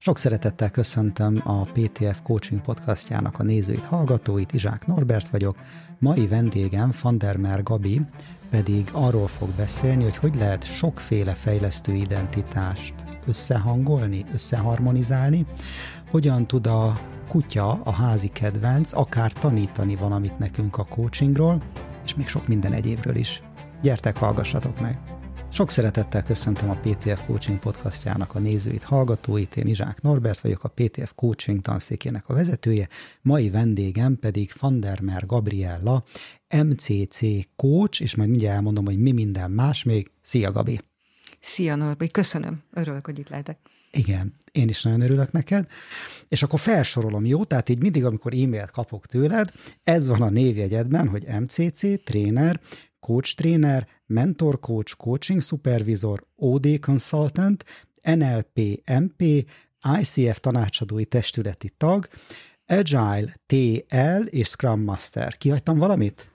Sok szeretettel köszöntöm a PTF Coaching podcastjának a nézőit, hallgatóit, Izsák Norbert vagyok. Mai vendégem Van der Meer Gabi pedig arról fog beszélni, hogy lehet sokféle fejlesztő identitást összehangolni, összeharmonizálni, hogyan tud a kutya, a házi kedvenc akár tanítani valamit nekünk a coachingról, és még sok minden egyébről is. Gyertek, hallgassatok meg! Sok szeretettel köszöntöm a PTF Coaching podcastjának a nézőit, hallgatóit. Én Izsák Norbert vagyok, a PTF Coaching tanszékének a vezetője. Mai vendégem pedig Van der Meer Gabriella, MCC coach, és majd mindjárt elmondom, hogy mi minden más még. Szia, Gabi! Szia, Norbi! Köszönöm. Örülök, hogy itt lehetek. Igen, én is nagyon örülök neked. És akkor felsorolom, jó? Tehát így mindig, amikor e-mailt kapok tőled, ez van a névjegyedben, hogy MCC, tréner, coach tréner, mentor coach, coaching supervisor, OD consultant, NLP, MP, ICF tanácsadói testületi tag, Agile, TL és Scrum Master. Kihagytam valamit?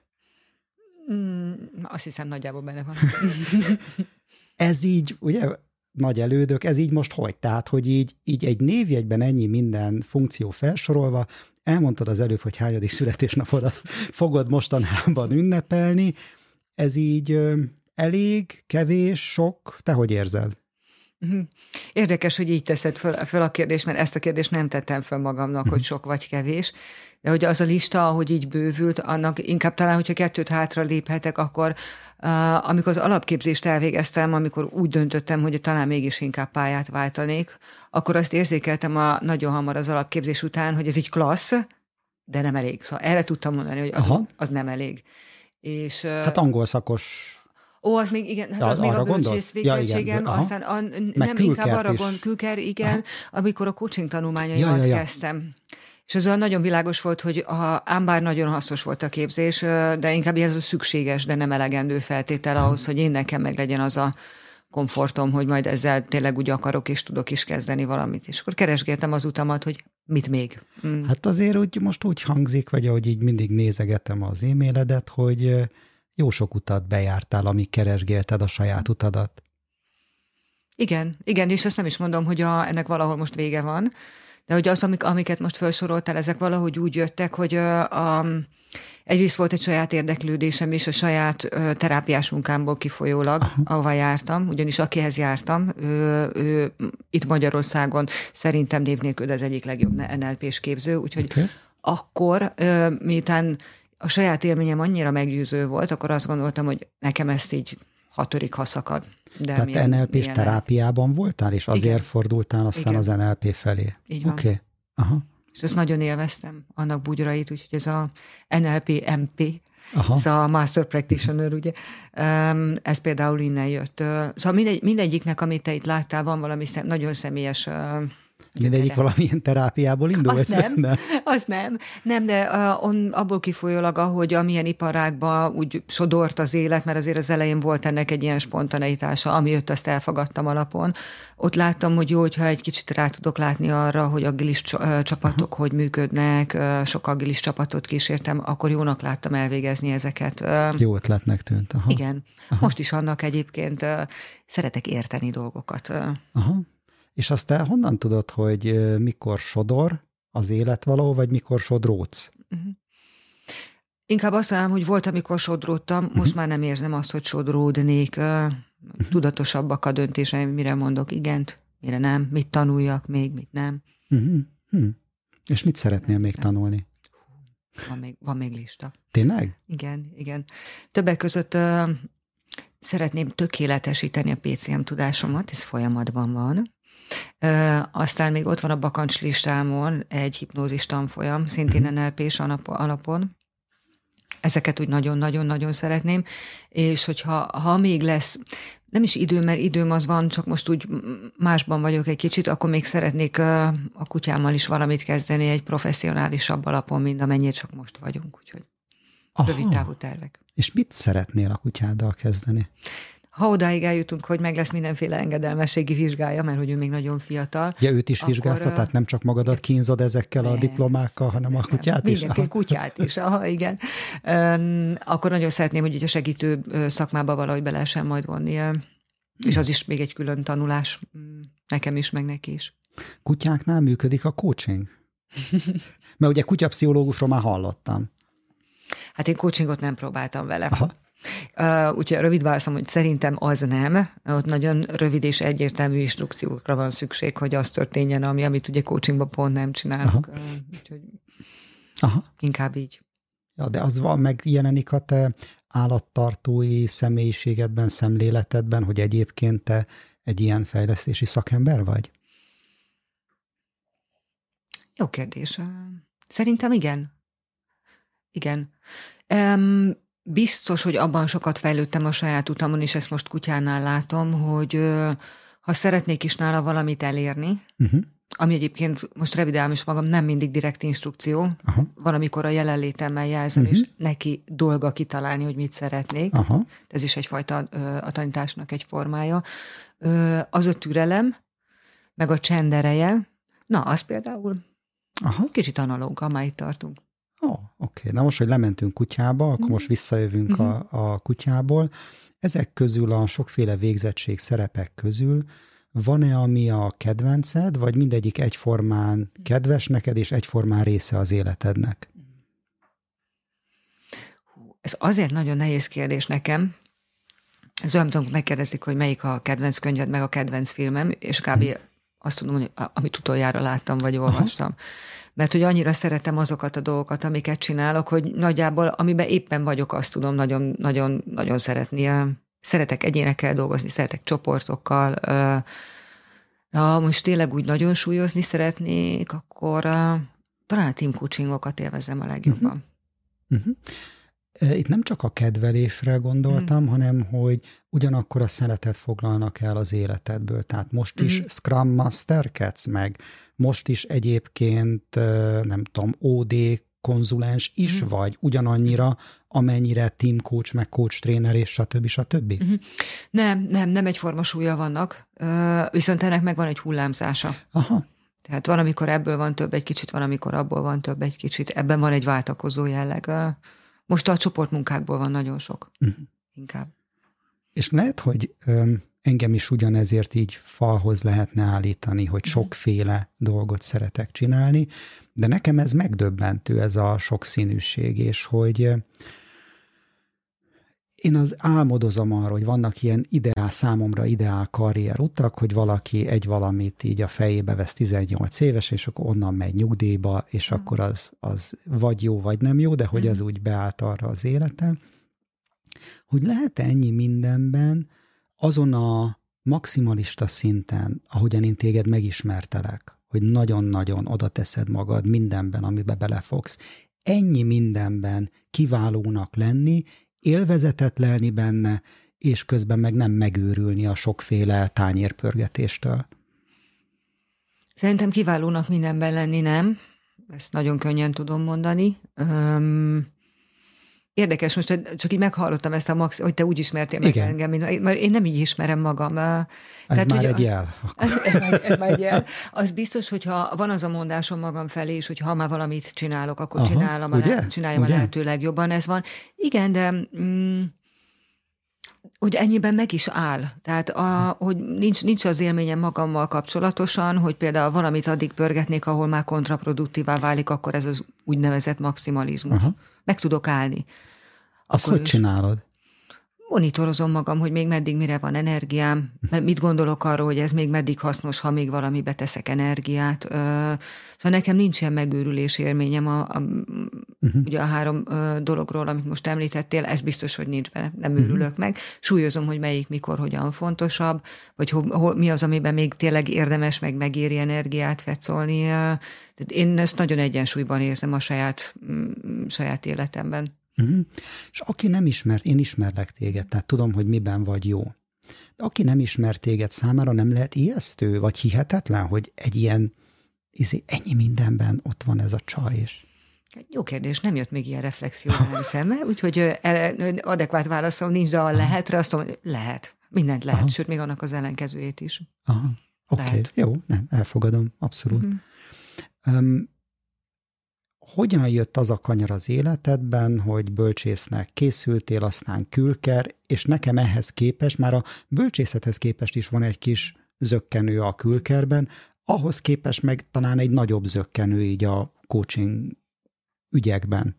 Azt hiszem, nagyjából benne van. Ez így, ugye, nagy elődök, ez így most hogy? Tehát, hogy így egy névjegyben ennyi minden funkció felsorolva, elmondtad az előbb, hogy hányadik születésnapodat fogod mostanában ünnepelni, ez így elég, kevés, sok? Te hogy érzed? Érdekes, hogy így teszed föl a kérdést, mert ezt a kérdést nem tettem föl magamnak, hogy sok vagy kevés, de hogy az a lista, ahogy így bővült, annak inkább talán, hogyha kettőt hátra léphetek, akkor amikor az alapképzést elvégeztem, amikor úgy döntöttem, hogy talán mégis inkább pályát váltanék, akkor azt érzékeltem nagyon hamar az alapképzés után, hogy ez így klassz, de nem elég. Szóval erre tudtam mondani, hogy az nem elég. És, hát angol szakos. Az még, igen, hát az még a bölcsész végzettségem, aztán nem inkább arra külker, igen, amikor a coaching tanulmányaimat kezdtem. És az olyan nagyon világos volt, hogy ám bár nagyon hasznos volt a képzés, de inkább ez a szükséges, de nem elegendő feltétel ahhoz, hogy én nekem meg legyen az a komfortom, hogy majd ezzel tényleg úgy akarok és tudok is kezdeni valamit. És akkor keresgéltem az utamat, hogy mit még. Hát azért úgy, most úgy hangzik, vagy ahogy így mindig nézegetem az e-mailedet, hogy jó sok utat bejártál, amíg keresgélted a saját utadat. Igen, és azt nem is mondom, hogy ennek valahol most vége van, de hogy az, amiket most felsoroltál, ezek valahogy úgy jöttek, hogy egyrészt volt egy saját érdeklődésem is, a saját terápiás munkámból kifolyólag, ahova jártam, ugyanis akihez jártam, ő itt Magyarországon szerintem név nélkül az egyik legjobb NLP-s képző, úgyhogy akkor, miután a saját élményem annyira meggyőző volt, akkor azt gondoltam, hogy nekem ezt így 6. ha szakad. De tehát NLP-s terápiában voltál, és azért fordultál aztán az NLP felé. Így van. Oké. Aha. És ezt nagyon élveztem, annak bugyrait, úgyhogy ez a NLP-MP, ez a Master Practitioner, ugye, ez például innen jött. Szóval mindegyiknek, amit te itt láttál, van valami nagyon személyes mindegyik valamilyen terápiából indult? Azt nem, de abból kifolyólag, ahogy amilyen iparágban úgy sodort az élet, mert azért az elején volt ennek egy ilyen spontaneitása, ami jött, azt elfogadtam alapon. Ott láttam, hogy jó, hogyha egy kicsit rá tudok látni arra, hogy agilis csapatok hogy működnek, sok agilis csapatot kísértem, akkor jónak láttam elvégezni ezeket. Jó ötletnek tűnt. Igen. Most is annak egyébként szeretek érteni dolgokat. És azt te honnan tudod, hogy mikor sodor az élet való, vagy mikor sodródsz? Inkább azt mondom, hogy volt, amikor sodródtam, most már nem érzem azt, hogy sodródnék. Tudatosabbak a döntéseim, mire mondok igent, mire nem, mit tanuljak még, mit nem. És mit szeretnél még tanulni? Van még lista. Tényleg? Igen. Többek között szeretném tökéletesíteni a PCM tudásomat, ez folyamatban van. Aztán még ott van a bakancslistámon egy hipnózis tanfolyam, szintén NLP-s alapon. Ezeket úgy nagyon-nagyon-nagyon szeretném, és hogyha még lesz, nem is idő, mert időm az van, csak most úgy másban vagyok egy kicsit, akkor még szeretnék a kutyámmal is valamit kezdeni egy professzionálisabb alapon, mint amennyit csak most vagyunk, úgyhogy rövid távú tervek. És mit szeretnél a kutyáddal kezdeni? Ha odáig eljutunk, hogy meg lesz mindenféle engedelmességi vizsgája, mert hogy ő még nagyon fiatal. Ja, őt is vizsgáztat, tehát nem csak magadat kínzod ezekkel a diplomákkal, hanem a kutyát is? Mindenki kutyát is, igen. Akkor nagyon szeretném, hogy a segítő szakmába valahogy be lehessen majd vonni, és az is még egy külön tanulás nekem is, meg neki is. Kutyáknál működik a coaching? Mert ugye kutyapszichológusról már hallottam. Hát én coachingot nem próbáltam vele. Aha. Úgyhogy a rövid válaszom, hogy szerintem az nem. Ott nagyon rövid és egyértelmű instrukciókra van szükség, hogy az történjen, amit ugye coachingban pont nem csinálunk. Úgyhogy inkább így. Ja, de az van, megjelenik a te állattartói személyiségedben, szemléletedben, hogy egyébként te egy ilyen fejlesztési szakember vagy? Jó kérdés. Szerintem igen. Igen. Biztos, hogy abban sokat fejlődtem a saját utamon, és ezt most kutyánál látom, hogy ha szeretnék is nála valamit elérni, ami egyébként most revidálom is magam, nem mindig direkt instrukció, van, amikor a jelenlétemmel jelzem, és neki dolga kitalálni, hogy mit szeretnék. Ez is egyfajta a tanításnak egy formája. Az a türelem, meg a csend ereje, na, az például kicsit analóg, már itt tartunk. Oké. Na most, hogy lementünk kutyába, akkor most visszajövünk a kutyából. Ezek közül a sokféle végzettség szerepek közül van-e, ami a kedvenced, vagy mindegyik egyformán kedves neked, és egyformán része az életednek? Ez azért nagyon nehéz kérdés nekem. Ez olyan, amikor megkérdezik, hogy melyik a kedvenc könyved, meg a kedvenc filmem, és kb. Azt tudom mondani, amit utoljára láttam, vagy olvastam. Mert hogy annyira szeretem azokat a dolgokat, amiket csinálok, hogy nagyjából, amiben éppen vagyok, azt tudom nagyon szeretni. Szeretek egyénekkel dolgozni, szeretek csoportokkal. Ha most tényleg úgy nagyon súlyozni szeretnék, akkor talán a team coachingokat élvezem a legjobban. Itt nem csak a kedvelésre gondoltam, hanem hogy ugyanakkor a szeretet foglalnak el az életedből. Tehát most is Scrum Masterkedsz meg, most is egyébként, nem tudom, OD konzulens is vagy, ugyanannyira, amennyire team coach, meg coach tréner, és stb. Nem egyforma súlya vannak, viszont ennek megvan egy hullámzása. Tehát van, amikor ebből van több egy kicsit, van, amikor abból van több egy kicsit. Ebben van egy váltakozó jelleg. Most a csoportmunkákból van nagyon sok. Inkább. És lehet, hogy engem is ugyanezért így falhoz lehetne állítani, hogy sokféle dolgot szeretek csinálni, de nekem ez megdöbbentő, ez a sokszínűség, és hogy én az álmodozom arra, hogy vannak ilyen számomra ideál karrierutak, hogy valaki egy valamit így a fejébe vesz 18 éves, és akkor onnan megy nyugdíjba, és akkor az vagy jó, vagy nem jó, de hogy az úgy beállt arra az életem, hogy lehet ennyi mindenben azon a maximalista szinten, ahogyan én téged megismertelek, hogy nagyon-nagyon oda teszed magad mindenben, amiben belefogsz, ennyi mindenben kiválónak lenni, élvezetet lelni benne, és közben meg nem megőrülni a sokféle tányérpörgetéstől. Szerintem kiválónak mindenben lenni nem. Ezt nagyon könnyen tudom mondani. Érdekes, most csak így meghallottam ezt hogy te úgy ismertél meg engem, mert én nem így ismerem magam. Ez már egy jel. Ez már egy jel. Az biztos, hogyha van az a mondásom magam felé is, hogy ha már valamit csinálok, akkor csináljam a lehető legjobban. Ez van. Igen, de hogy ennyiben meg is áll. Tehát, hogy nincs az élményem magammal kapcsolatosan, hogy például valamit addig pörgetnék, ahol már kontraproduktívá válik, akkor ez az úgynevezett maximalizmus. Meg tudok állni. Azt hogy csinálod? Monitorozom magam, hogy még meddig mire van energiám, mit gondolok arról, hogy ez még meddig hasznos, ha még valamibe teszek energiát. Szóval nekem nincs ilyen megőrülés élményem ugye a 3 dologról, amit most említettél, ez biztos, hogy nincs benne, nem őrülök meg. Súlyozom, hogy melyik, mikor, hogyan fontosabb, vagy mi az, amiben még tényleg érdemes, meg megéri energiát fetszolni. Én ezt nagyon egyensúlyban érzem a saját életemben. És aki nem ismert, én ismerlek téged, tehát tudom, hogy miben vagy jó. De aki nem ismert téged, számára nem lehet ijesztő, vagy hihetetlen, hogy egy ilyen ennyi mindenben ott van ez a csaj is. Jó kérdés, nem jött még ilyen reflexió rám szembe, úgyhogy adekvát válaszom nincs, de a lehetre azt mondom, lehet, mindent lehet, sőt, még annak az ellenkezőjét is. Oké, jó, nem, elfogadom, abszolút. Hogyan jött az a kanyar az életedben, hogy bölcsésznek készültél, aztán külker, és nekem ehhez képest, már a bölcsészethez képest is van egy kis zökkenő a külkerben, ahhoz képest meg talán egy nagyobb zökkenő így a coaching ügyekben.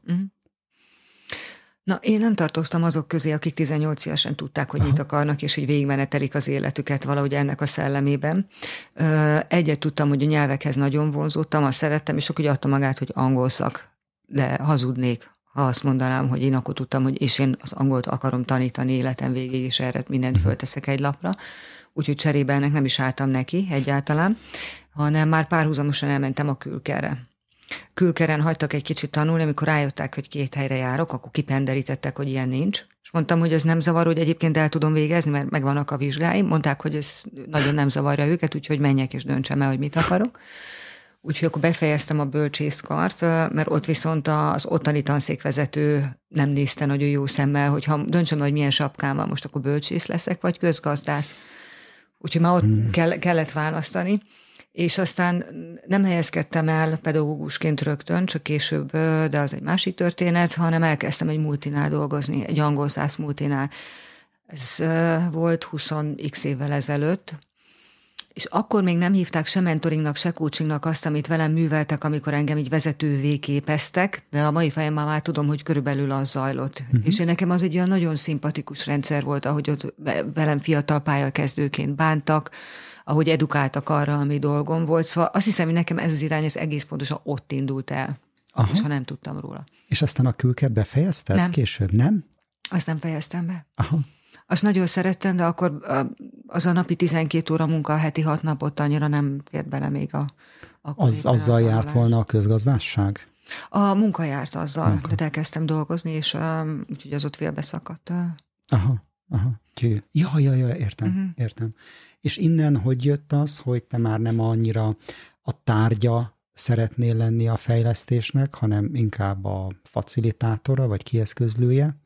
Na, én nem tartoztam azok közé, akik 18 évesen tudták, hogy mit akarnak, és így végigmenetelik az életüket valahogy ennek a szellemében. Egyet tudtam, hogy a nyelvekhez nagyon vonzódtam, azt szerettem, és akkor úgy adta magát, hogy angol szak, de hazudnék, ha azt mondanám, hogy én akkor tudtam, hogy és én az angolt akarom tanítani életem végéig, és erre mindent fölteszek egy lapra. Úgyhogy cserébe ennek nem is álltam neki egyáltalán, hanem már párhuzamosan elmentem a Külkerre. Külkeren hagytak egy kicsit tanulni, amikor rájöttek, hogy 2 helyre járok, akkor kipenderítettek, hogy ilyen nincs. És mondtam, hogy ez nem zavar, hogy egyébként el tudom végezni, mert megvannak a vizsgáim. Mondták, hogy ez nagyon nem zavarja őket, úgyhogy menjek és döntsem el, hogy mit akarok. Úgyhogy akkor befejeztem a bölcsészkart, mert ott viszont az ottani tanszékvezető nem nézte nagyon jó szemmel, hogy ha döntsem el, hogy milyen sapkám van, most akkor bölcsész leszek, vagy közgazdász. Úgyhogy már ott kellett választani. És aztán nem helyezkedtem el pedagógusként rögtön, csak később, de az egy másik történet, hanem elkezdtem egy multinál dolgozni, egy angol száz multinál. Ez volt 20x évvel ezelőtt, és akkor még nem hívták se mentoringnak, se coachingnak azt, amit velem műveltek, amikor engem így vezetővé képeztek, de a mai fejemben már tudom, hogy körülbelül az zajlott. És nekem az egy olyan nagyon szimpatikus rendszer volt, ahogy ott velem fiatal pályakezdőként bántak, ahogy edukáltak arra, ami dolgom volt. Szóval azt hiszem, hogy nekem ez az irány, ez egész pontosan ott indult el. És ha nem tudtam róla. És aztán a Külkert befejezted? Nem. Később, nem? Azt nem fejeztem be. Azt nagyon szerettem, de akkor az a napi 12 óra munka, a heti 6 napot annyira nem fért bele még azzal járt volna a közgazdásság? A munka járt azzal, de elkezdtem dolgozni, és úgyhogy az ott félbeszakadt. Aha. Ja, értem. És innen hogy jött az, hogy te már nem annyira a tárgya szeretnél lenni a fejlesztésnek, hanem inkább a facilitátora, vagy kieszközlője?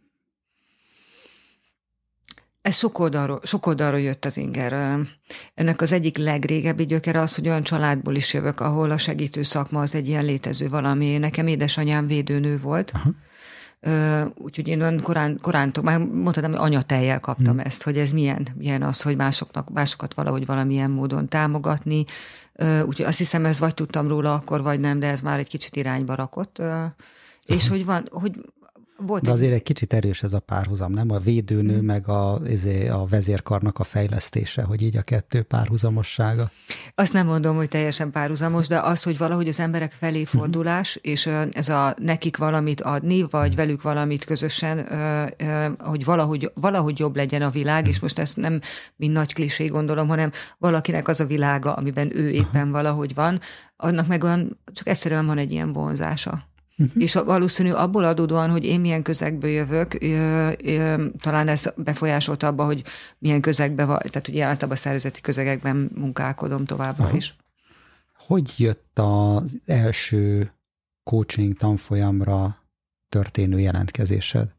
Ez sok oldalról jött az inger. Ennek az egyik legrégebbi gyökere az, hogy olyan családból is jövök, ahol a segítő szakma az egy ilyen létező valami. Nekem édesanyám védőnő volt, úgyhogy én olyan korántól, már mondhatom, hogy anyatejjel kaptam ezt, hogy ez milyen az, hogy másokat valahogy valamilyen módon támogatni. Úgyhogy azt hiszem, ez vagy tudtam róla akkor, vagy nem, de ez már egy kicsit irányba rakott. És hogy volt de azért egy kicsit erős ez a párhuzam, nem? A védőnő meg a vezérkarnak a fejlesztése, hogy így a kettő párhuzamossága. Azt nem mondom, hogy teljesen párhuzamos, de az, hogy valahogy az emberek felé fordulás, és ez a nekik valamit adni, vagy velük valamit közösen, hogy valahogy jobb legyen a világ, és most ezt nem mint nagy klisé gondolom, hanem valakinek az a világa, amiben ő éppen valahogy van, annak meg olyan, csak egyszerűen van egy ilyen vonzása. És valószínű abból adódóan, hogy én milyen közegből jövök, talán ez befolyásolt abba, hogy milyen közegben van, tehát ugye általában szervezeti közegekben munkálkodom továbbra is. Hogy jött az első coaching tanfolyamra történő jelentkezésed?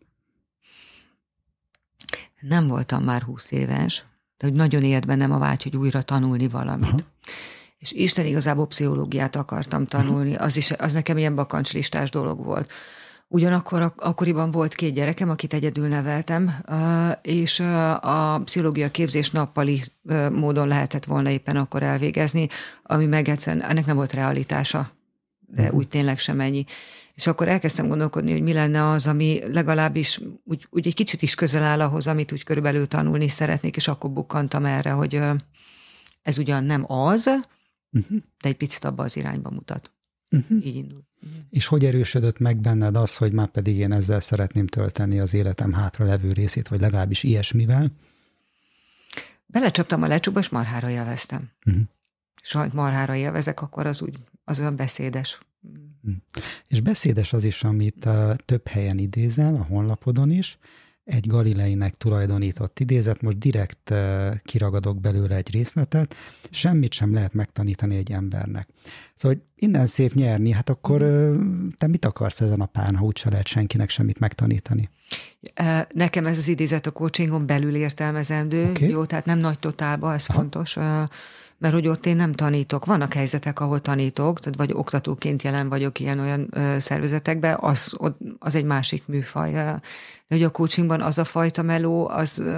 Nem voltam már 20 éves, de hogy nagyon élt bennem a vágy, hogy újra tanulni valamit. És Isten igazából pszichológiát akartam tanulni, az nekem ilyen bakancslistás dolog volt. Ugyanakkor akkoriban volt 2 gyerekem, akit egyedül neveltem, és a pszichológia képzés nappali módon lehetett volna éppen akkor elvégezni, ami meg egyszerűen, ennek nem volt realitása, de úgy tényleg sem ennyi. És akkor elkezdtem gondolkodni, hogy mi lenne az, ami legalábbis úgy egy kicsit is közel áll ahhoz, amit úgy körülbelül tanulni szeretnék, és akkor bukkantam erre, hogy ez ugyan nem az, de egy picit abba az irányba mutat. Így indul. És hogy erősödött meg benned az, hogy már pedig én ezzel szeretném tölteni az életem hátra levő részét, vagy legalábbis ilyesmivel? Belecsaptam a lecsóba, és marhára élveztem. És ha marhára élvezek, akkor az olyan beszédes. És beszédes az is, amit több helyen idézel, a honlapodon is, egy Galileinek tulajdonított idézet, most direkt kiragadok belőle egy részletet, semmit sem lehet megtanítani egy embernek. Szóval, hogy innen szép nyerni, hát akkor te mit akarsz ezen a pályán, ha úgyse lehet senkinek semmit megtanítani? Nekem ez az idézet a coachingon belül értelmezendő, jó, tehát nem nagy totálba, ez fontos, mert hogy ott én nem tanítok. Vannak helyzetek, ahol tanítok, tehát vagy oktatóként jelen vagyok ilyen-olyan szervezetekben, az egy másik műfaj. De hogy a coachingban az a fajta meló,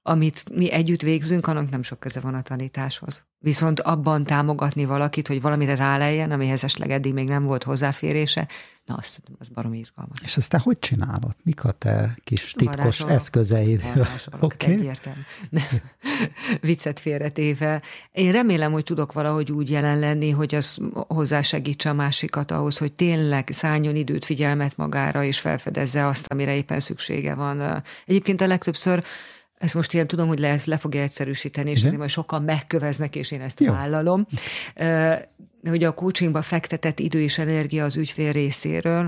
amit mi együtt végzünk, annak nem sok köze van a tanításhoz. Viszont abban támogatni valakit, hogy valamire ráleljen, amihez esetleg eddig még nem volt hozzáférése, na azt hiszem, az baromi izgalmas. És ezt te hogy csinálod? Mik a te kis titkos eszközeid? Okay. Egyértelmű. Viccet félretéve. Én remélem, hogy tudok valahogy úgy jelen lenni, hogy az hozzásegítse a másikat ahhoz, hogy tényleg szálljon időt, figyelmet magára, és felfedezze azt, amire éppen szüksége van. Egyébként a legtöbbször ezt most ilyen tudom, hogy le fogja egyszerűsíteni, és azért majd sokan megköveznek, és én ezt vállalom. Hogy a coachingba fektetett idő és energia az ügyfél részéről,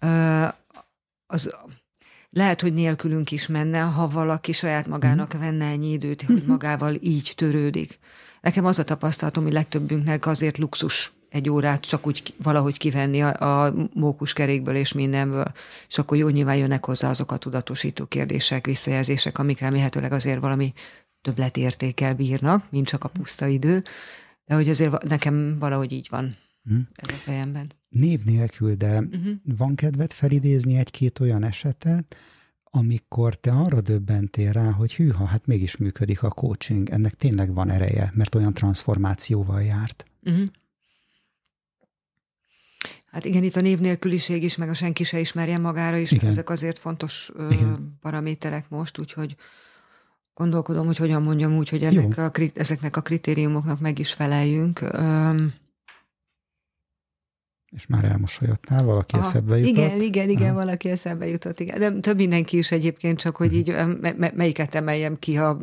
az lehet, hogy nélkülünk is menne, ha valaki saját magának venne ennyi időt, hogy magával így törődik. Nekem az a tapasztalatom, hogy legtöbbünknek azért luxus egy órát csak úgy valahogy kivenni a mókuskerékből és mindenből, és akkor jó, nyilván jönnek hozzá azok a tudatosító kérdések, visszajelzések, amik remélhetőleg azért valami többletértékkel bírnak, mint csak a puszta idő, de hogy azért nekem valahogy így van ez a fejemben. Név nélkül, de van kedved felidézni egy-két olyan esetet, amikor te arra döbbentél rá, hogy hűha, hát mégis működik a coaching, ennek tényleg van ereje, mert olyan transformációval járt. Hát igen, itt a név nélküliség is, meg a senki se ismerjen magára is, ezek azért fontos paraméterek most, úgyhogy gondolkodom, hogy hogyan mondjam úgy, hogy ezeknek a kritériumoknak meg is feleljünk. És már elmosolyodtál, valaki eszedbe jutott? Igen, valaki eszedbe jutott, igen. De több mindenki is egyébként, csak hogy így melyiket emeljem ki, ha...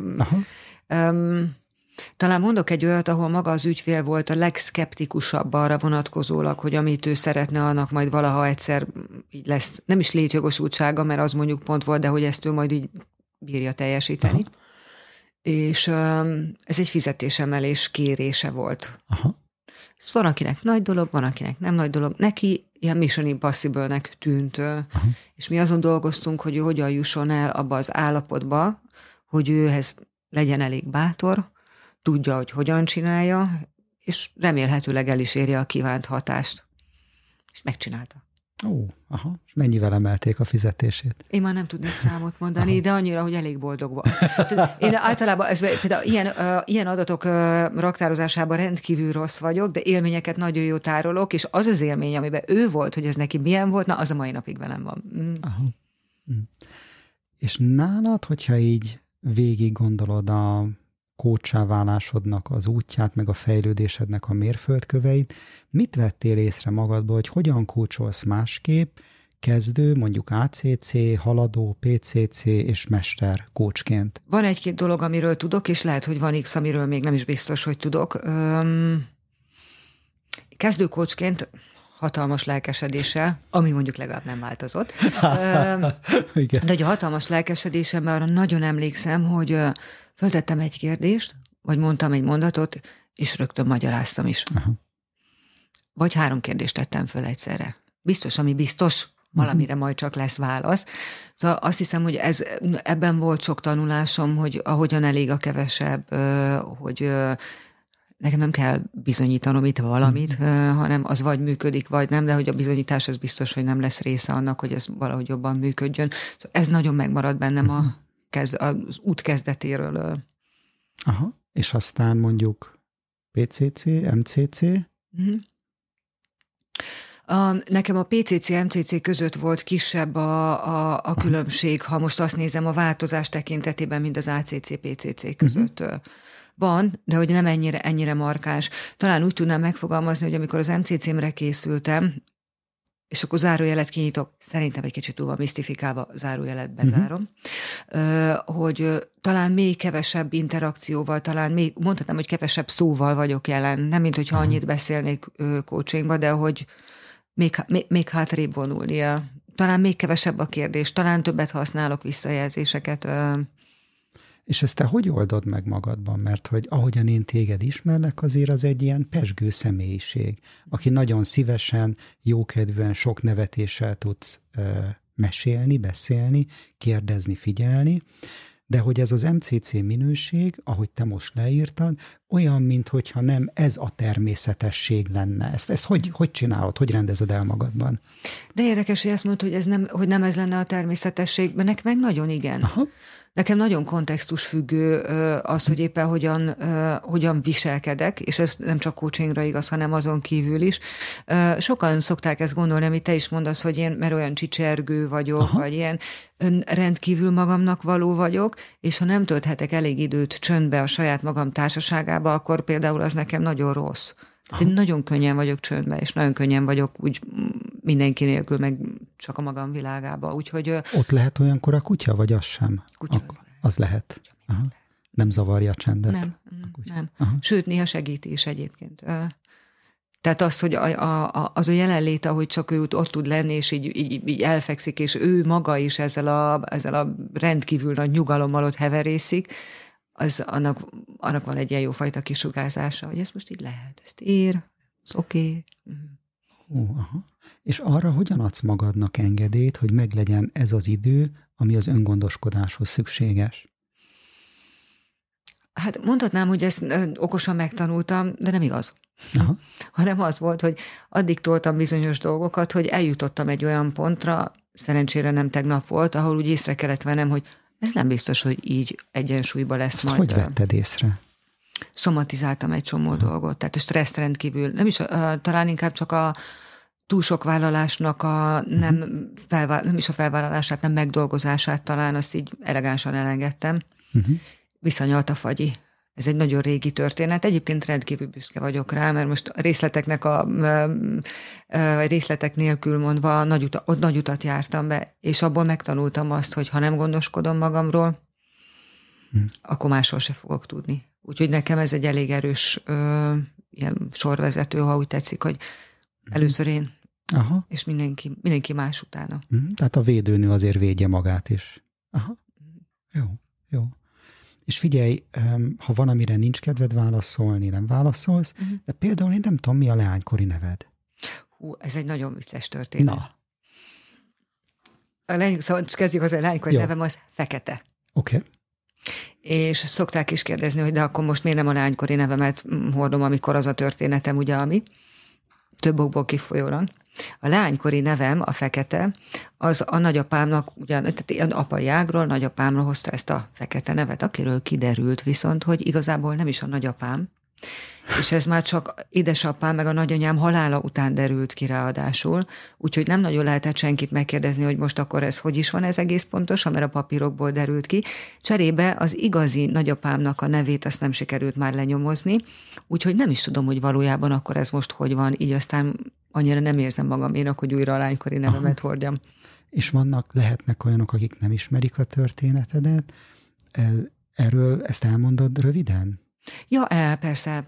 Talán mondok egy olyat, ahol maga az ügyfél volt a legszkeptikusabb arra vonatkozólag, hogy amit ő szeretne, annak majd valaha egyszer így lesz, nem is létjogosultsága, mert az mondjuk pont volt, de hogy ezt ő majd így bírja teljesíteni. És ez egy fizetésemelés kérése volt. Ez van, akinek nagy dolog, van, akinek nem nagy dolog. Neki ilyen Mission Impossible-nek tűnt. És mi azon dolgoztunk, hogy ő hogyan jusson el abba az állapotba, hogy őhez legyen elég bátor, tudja, hogy hogyan csinálja, és remélhetőleg el is érje a kívánt hatást. És megcsinálta. És mennyivel emelték a fizetését? Én már nem tudnék számot mondani, de annyira, hogy elég boldog volt. Én általában ilyen adatok raktározásában rendkívül rossz vagyok, de élményeket nagyon jó tárolok, és az az élmény, amiben ő volt, hogy ez neki milyen volt, na az a mai napig velem van. És nálad, hogyha így végig gondolod a coachá válásodnak az útját, meg a fejlődésednek a mérföldköveit, mit vettél észre magadból, hogy hogyan coacholsz másképp, kezdő, mondjuk ACC, haladó, PCC és mester coachként? Van egy-két dolog, amiről tudok, és lehet, hogy van X, amiről még nem is biztos, hogy tudok. Kezdő coachként hatalmas lelkesedéssel, ami mondjuk legalább nem változott. De hogy a hatalmas lelkesedésemben arra nagyon emlékszem, hogy föltettem egy kérdést, vagy mondtam egy mondatot, és rögtön magyaráztam is. Vagy 3 kérdést tettem föl egyszerre. Biztos, ami biztos, valamire majd csak lesz válasz. Szóval azt hiszem, hogy ebben volt sok tanulásom, hogy ahogyan elég a kevesebb, hogy nekem nem kell bizonyítanom itt valamit, hanem az vagy működik, vagy nem, de hogy a bizonyítás az biztos, hogy nem lesz része annak, hogy ez valahogy jobban működjön. Szóval ez nagyon megmarad bennem az út kezdetéről. És aztán mondjuk PCC, MCC? Nekem a PCC-MCC között volt kisebb a különbség, ha most azt nézem a változás tekintetében, mint az ACC-PCC között. Van, de hogy nem ennyire markáns. Talán úgy tudnám megfogalmazni, hogy amikor az MCC-mre készültem, és akkor zárójelet kinyitok, szerintem egy kicsit túl van misztifikálva, zárójelet bezárom, hogy talán még kevesebb interakcióval, talán még, mondhatnám, hogy kevesebb szóval vagyok jelen, nem mint hogyha annyit beszélnék coachingba, de hogy még hátrébb vonulnia. Talán még kevesebb a kérdés, talán többet használok visszajelzéseket. És ezt te hogy oldod meg magadban? Mert hogy ahogyan én téged ismerlek, azért az egy ilyen pezsgő személyiség, aki nagyon szívesen, jókedvűen, sok nevetéssel tudsz mesélni, beszélni, kérdezni, figyelni, de hogy ez az MCC minőség, ahogy te most leírtad, olyan, minthogyha nem ez a természetesség lenne. Ezt hogy csinálod, hogy rendezed el magadban? De érdekes, hogy ezt mondod, hogy nem ez lenne a természetesség, mert nekem meg nagyon igen. Nekem nagyon kontextusfüggő az, hogy éppen hogyan viselkedek, és ez nem csak coachingra igaz, hanem azon kívül is. Sokan szokták ezt gondolni, amit te is mondasz, hogy én, mert olyan csicsergő vagyok, aha, vagy ilyen rendkívül magamnak való vagyok, és ha nem tölthetek elég időt csöndbe a saját magam társaságába, akkor például az nekem nagyon rossz. Én nagyon könnyen vagyok csöndbe, és nagyon könnyen vagyok úgy mindenki nélkül, meg csak a magam világába. Úgyhogy, ott lehet olyankor a kutya, vagy az sem? Kutya az lehet. Aha. Nem zavarja a csendet? Nem. Aha. Sőt, néha segíti is egyébként. Tehát azt, hogy az a jelenléte, hogy csak ő ott tud lenni, és így elfekszik, és ő maga is ezzel a rendkívül nagy nyugalommal ott heverészik, annak van egy ilyen jófajta kisugárzása, hogy ezt most így lehet, ezt ér, ez oké. Aha. És arra hogyan adsz magadnak engedélyt, hogy meglegyen ez az idő, ami az öngondoskodáshoz szükséges? Hát mondhatnám, hogy ezt okosan megtanultam, de nem igaz. Aha. Hanem az volt, hogy addig toltam bizonyos dolgokat, hogy eljutottam egy olyan pontra, szerencsére nem tegnap volt, ahol úgy észre kellett vennem, hogy ez nem biztos, hogy így egyensúlyba lesz ezt majd. Hogy vetted észre? Szomatizáltam egy csomó dolgot, tehát a stresszt rendkívül, nem is, talán inkább csak a túl sok vállalásnak nem is a felvállalását, nem megdolgozását talán, azt így elegánsan elengedtem. Visszanyalt a fagyi. Ez egy nagyon régi történet. Egyébként rendkívül büszke vagyok rá, mert most a részletek nélkül mondva nagy utat jártam be, és abból megtanultam azt, hogy ha nem gondoskodom magamról, akkor máshol se fogok tudni. Úgyhogy nekem ez egy elég erős ilyen sorvezető, ha úgy tetszik, hogy először én, aha, és mindenki más utána. Tehát a védőnő azért védje magát is. Aha. Jó. És figyelj, ha van, amire nincs kedved válaszolni, nem válaszolsz, de például én nem tudom, mi a leánykori neved. Ez egy nagyon vicces történet. Na. Szóval kezdjük az a leánykori nevem, az Fekete. Oké. És szokták is kérdezni, hogy de akkor most miért nem a leánykori nevemet hordom, amikor az a történetem, ugye, ami több okból kifolyólag. A leánykori nevem, a Fekete, az a nagyapámnak, tehát ilyen apai ágról, nagyapámról hozta ezt a Fekete nevet, akiről kiderült viszont, hogy igazából nem is a nagyapám, és ez már csak édesapám meg a nagyanyám halála után derült ki ráadásul, úgyhogy nem nagyon lehetett senkit megkérdezni, hogy most akkor ez hogy is van ez egész pontosan, mert a papírokból derült ki. Cserébe az igazi nagyapámnak a nevét azt nem sikerült már lenyomozni, úgyhogy nem is tudom, hogy valójában akkor ez most hogy van, így aztán annyira nem érzem magaménak, hogy újra a lánykori nevemet hordjam. És lehetnek olyanok, akik nem ismerik a történetedet. Erről ezt elmondod röviden? Ja, persze.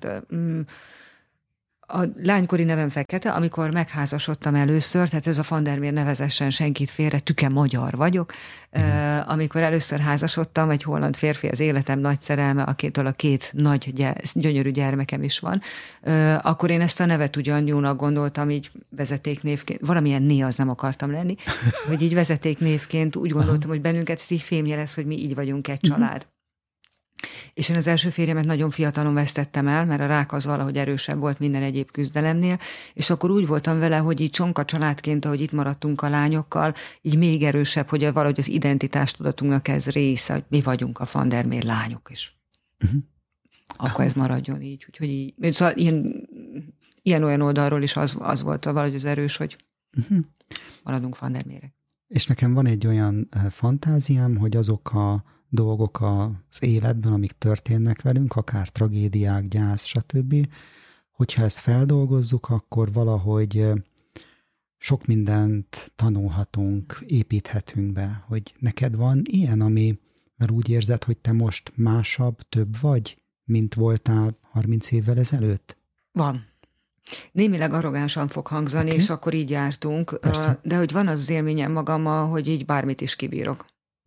A lánykori nevem Fekete, amikor megházasodtam először, tehát ez a Vandermeer nevezessen senkit félre, tüke magyar vagyok. Amikor először házasodtam, egy holland férfi, az életem nagy szerelme, akitől a két nagy, gyönyörű gyermekem is van, akkor én ezt a nevet ugyan jónak gondoltam, így vezetéknévként, valamilyen né az nem akartam lenni, hogy így vezetéknévként úgy gondoltam, hogy bennünket ez így fémjelez, hogy mi így vagyunk egy család. És én az első férjemet nagyon fiatalon vesztettem el, mert a rák az valahogy erősebb volt minden egyéb küzdelemnél, és akkor úgy voltam vele, hogy így csonka családként, ahogy itt maradtunk a lányokkal, így még erősebb, hogy valahogy az identitástudatunknak ez része, hogy mi vagyunk a Vandermeer lányok is. Akkor ez maradjon így. Úgyhogy így, szóval ilyen-olyan oldalról is az volt valahogy az erős, hogy maradunk Vandermeerek. És nekem van egy olyan fantáziám, hogy azok a dolgok az életben, amik történnek velünk, akár tragédiák, gyász, stb., hogyha ezt feldolgozzuk, akkor valahogy sok mindent tanulhatunk, építhetünk be, hogy neked van ilyen, mert úgy érzed, hogy te most másabb, több vagy, mint voltál 30 évvel ezelőtt? Van. Némileg arrogánsan fog hangzani, és akkor így jártunk, de hogy van az élményem magammal, hogy így bármit is kibírok.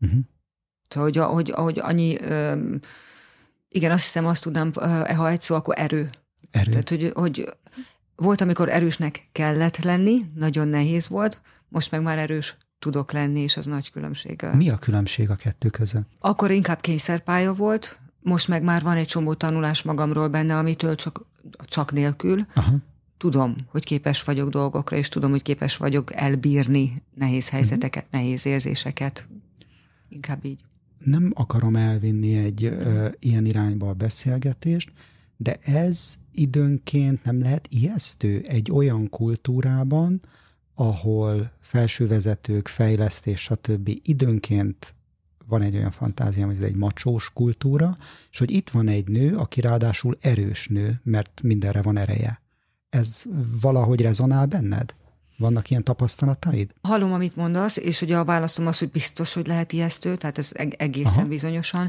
Hogy annyi, igen, azt hiszem, azt tudnám, ha egy szó, akkor erő. Tehát, hogy volt, amikor erősnek kellett lenni, nagyon nehéz volt, most meg már erős tudok lenni, és az nagy különbség. Mi a különbség a kettő között? Akkor inkább kényszerpálya volt, most meg már van egy csomó tanulás magamról benne, amitől csak nélkül. Aha. Tudom, hogy képes vagyok dolgokra, és tudom, hogy képes vagyok elbírni nehéz helyzeteket, nehéz érzéseket. Inkább így. nem akarom elvinni egy ilyen irányba a beszélgetést, de ez időnként nem lehet ijesztő egy olyan kultúrában, ahol felsővezetők, fejlesztés, stb. Időnként van egy olyan fantáziám, hogy ez egy macsós kultúra, és hogy itt van egy nő, aki ráadásul erős nő, mert mindenre van ereje. Ez valahogy rezonál benned? Vannak ilyen tapasztalataid? Hallom, amit mondasz, és ugye a válaszom az, hogy biztos, hogy lehet ijesztő, tehát ez egészen bizonyosan.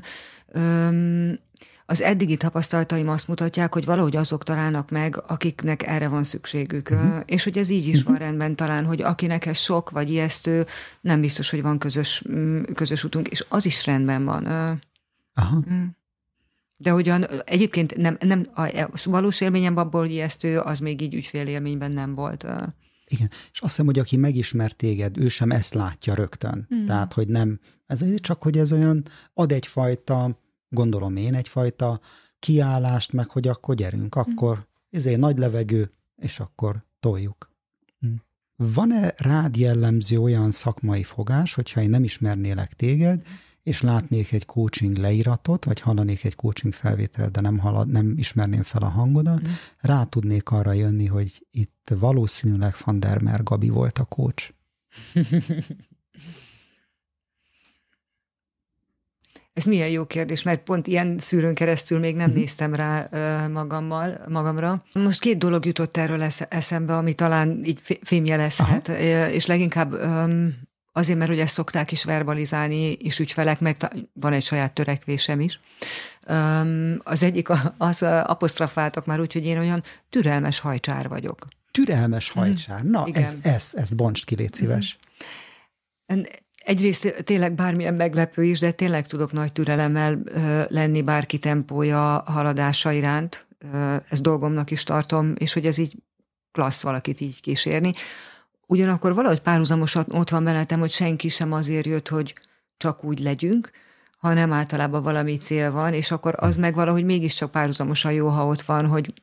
Az eddigi tapasztalataim azt mutatják, hogy valahogy azok találnak meg, akiknek erre van szükségük. És hogy ez így is van rendben talán, hogy akinek ez sok vagy ijesztő, nem biztos, hogy van közös utunk, és az is rendben van. Aha. De hogyan egyébként nem a valós élményem abból, hogy ijesztő, az még így ügyfélélményben nem volt. Igen, és azt hiszem, hogy aki megismer téged, ő sem ezt látja rögtön. Tehát, hogy nem, ez csak, hogy ez olyan ad egyfajta, gondolom én, egyfajta kiállást, meg hogy akkor gyerünk, akkor nagy levegő, és akkor toljuk. Van-e rád jellemző olyan szakmai fogás, hogyha én nem ismernélek téged, és látnék egy coaching leíratot, vagy hallanék egy coaching felvételt, de nem ismerném fel a hangodat, rá tudnék arra jönni, hogy itt valószínűleg Van der Mer Gabi volt a coach. Ez milyen jó kérdés, mert pont ilyen szűrőn keresztül még nem néztem rá magamra. Most 2 dolog jutott erről eszembe, ami talán így fémjelezhet, és leginkább azért, mert hogy ezt szokták is verbalizálni, és ügyfelek, meg van egy saját törekvésem is. Az egyik, az apostrofáltak már úgy, hogy én olyan türelmes hajcsár vagyok. Türelmes hajcsár? Na, ezt bontsd ki, légy szíves. Egyrészt tényleg bármilyen meglepő is, de tényleg tudok nagy türelemmel lenni bárki tempója, haladása iránt. Ezt dolgomnak is tartom, és hogy ez így klassz valakit így kísérni. Ugyanakkor valahogy párhuzamosan ott van bennetem, hogy senki sem azért jött, hogy csak úgy legyünk, hanem általában valami cél van, és akkor az meg valahogy mégiscsak párhuzamosan jó, ha ott van, hogy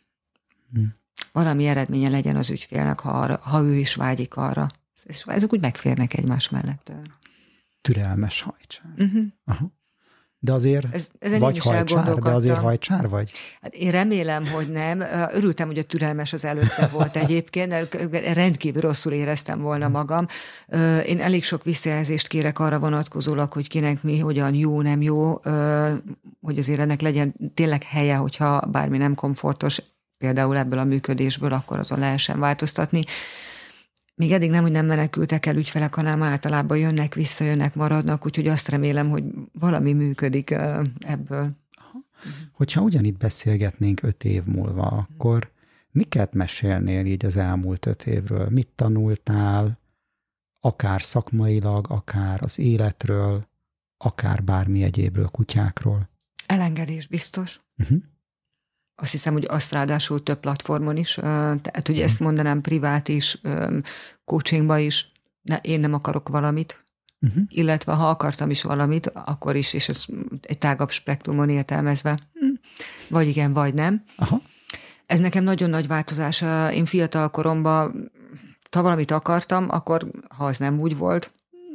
valami eredménye legyen az ügyfélnek, ha ő is vágyik arra. És ezek úgy megférnek egymás mellett. Türelmes hajcsár. Aha. De azért vagy hajcsár, de azért hajcsár vagy? Hát én remélem, hogy nem. Örültem, hogy a türelmes az előtte volt egyébként, rendkívül rosszul éreztem volna magam. Én elég sok visszajelzést kérek arra vonatkozólag, hogy kinek mi, hogyan jó, nem jó, hogy azért ennek legyen tényleg helye, hogyha bármi nem komfortos, például ebből a működésből, akkor azon lehessen változtatni. Még eddig nem, hogy nem menekültek el ügyfelek, hanem általában jönnek, visszajönnek, maradnak, úgyhogy azt remélem, hogy valami működik ebből. Aha. Hogyha ugyanitt beszélgetnénk 5 év múlva, akkor miket mesélnél így az elmúlt 5 évről? Mit tanultál, akár szakmailag, akár az életről, akár bármi egyébről, kutyákról? Elengedés biztos. Azt hiszem, hogy azt ráadásul több platformon is, tehát ugye ezt mondanám privát is, coachingba is, én nem akarok valamit, illetve ha akartam is valamit, akkor is, és ez egy tágabb spektrumon értelmezve, vagy igen, vagy nem. Aha. Ez nekem nagyon nagy változás. Én fiatal koromban, ha valamit akartam, akkor ha az nem úgy volt,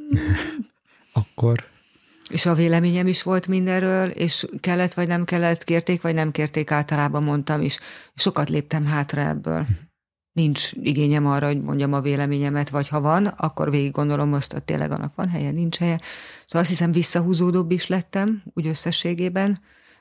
akkor... És a véleményem is volt mindenről, és kellett vagy nem kellett, kérték vagy nem kérték, általában mondtam is. Sokat léptem hátra ebből. Nincs igényem arra, hogy mondjam a véleményemet, vagy ha van, akkor végig gondolom azt, hogy tényleg annak van helye, nincs helye. Szóval azt hiszem visszahúzódóbb is lettem, úgy összességében.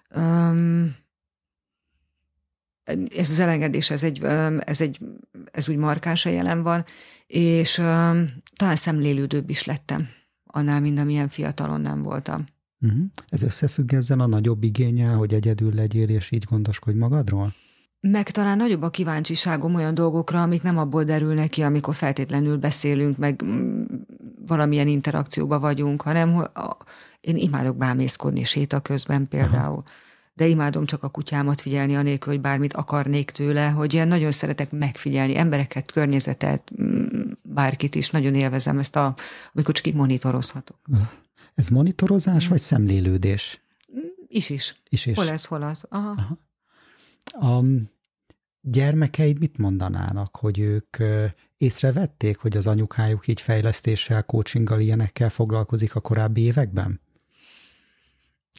Ez az elengedés, ez úgy markánsan jelen van, és talán szemlélődőbb is lettem. Annál mind, amilyen fiatalon nem voltam. Ez összefügg ezzel a nagyobb igénnyel, hogy egyedül legyél, és így gondoskodj magadról? Meg talán nagyobb a kíváncsiságom olyan dolgokra, amik nem abból derülnek ki, amikor feltétlenül beszélünk, meg valamilyen interakcióba vagyunk, hanem én imádok bámészkodni séta közben például. De imádom csak a kutyámat figyelni, anélkül, hogy bármit akarnék tőle, hogy ilyen nagyon szeretek megfigyelni embereket, környezetet, bárkit is. Nagyon élvezem ezt, amikor csak így monitorozhatok. Ez monitorozás, vagy szemlélődés? Is. Hol ez, hol az. Aha. A gyermekeid mit mondanának, hogy ők észrevették, hogy az anyukájuk így fejlesztéssel, coachinggal, ilyenekkel foglalkozik a korábbi években?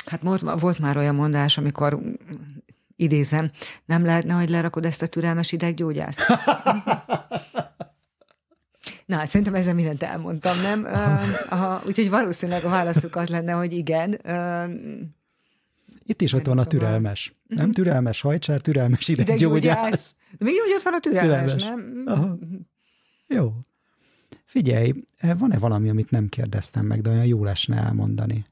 Hát volt már olyan mondás, amikor idézem, nem lehetne, hogy lerakod ezt a türelmes ideggyógyászt? Na, hát szerintem ezzel mindent elmondtam, nem? Úgyhogy valószínűleg a válaszuk az lenne, hogy igen. Itt is ott van a türelmes. Nem türelmes hajcsár, türelmes ideggyógyász. De még úgy ott van a türelmes. Nem? Aha. Jó. Figyelj, van-e valami, amit nem kérdeztem meg, de olyan jó lesne elmondani?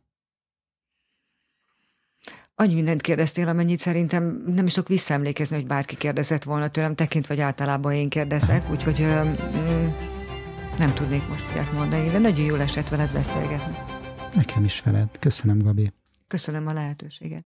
Annyi mindent kérdeztél, amennyit szerintem nem is tudok visszaemlékezni, hogy bárki kérdezett volna tőlem, tekintve, vagy általában én kérdezek, úgyhogy nem tudnék most ilyet mondani, de nagyon jól esett veled beszélgetni. Nekem is veled. Köszönöm, Gabi. Köszönöm a lehetőséget.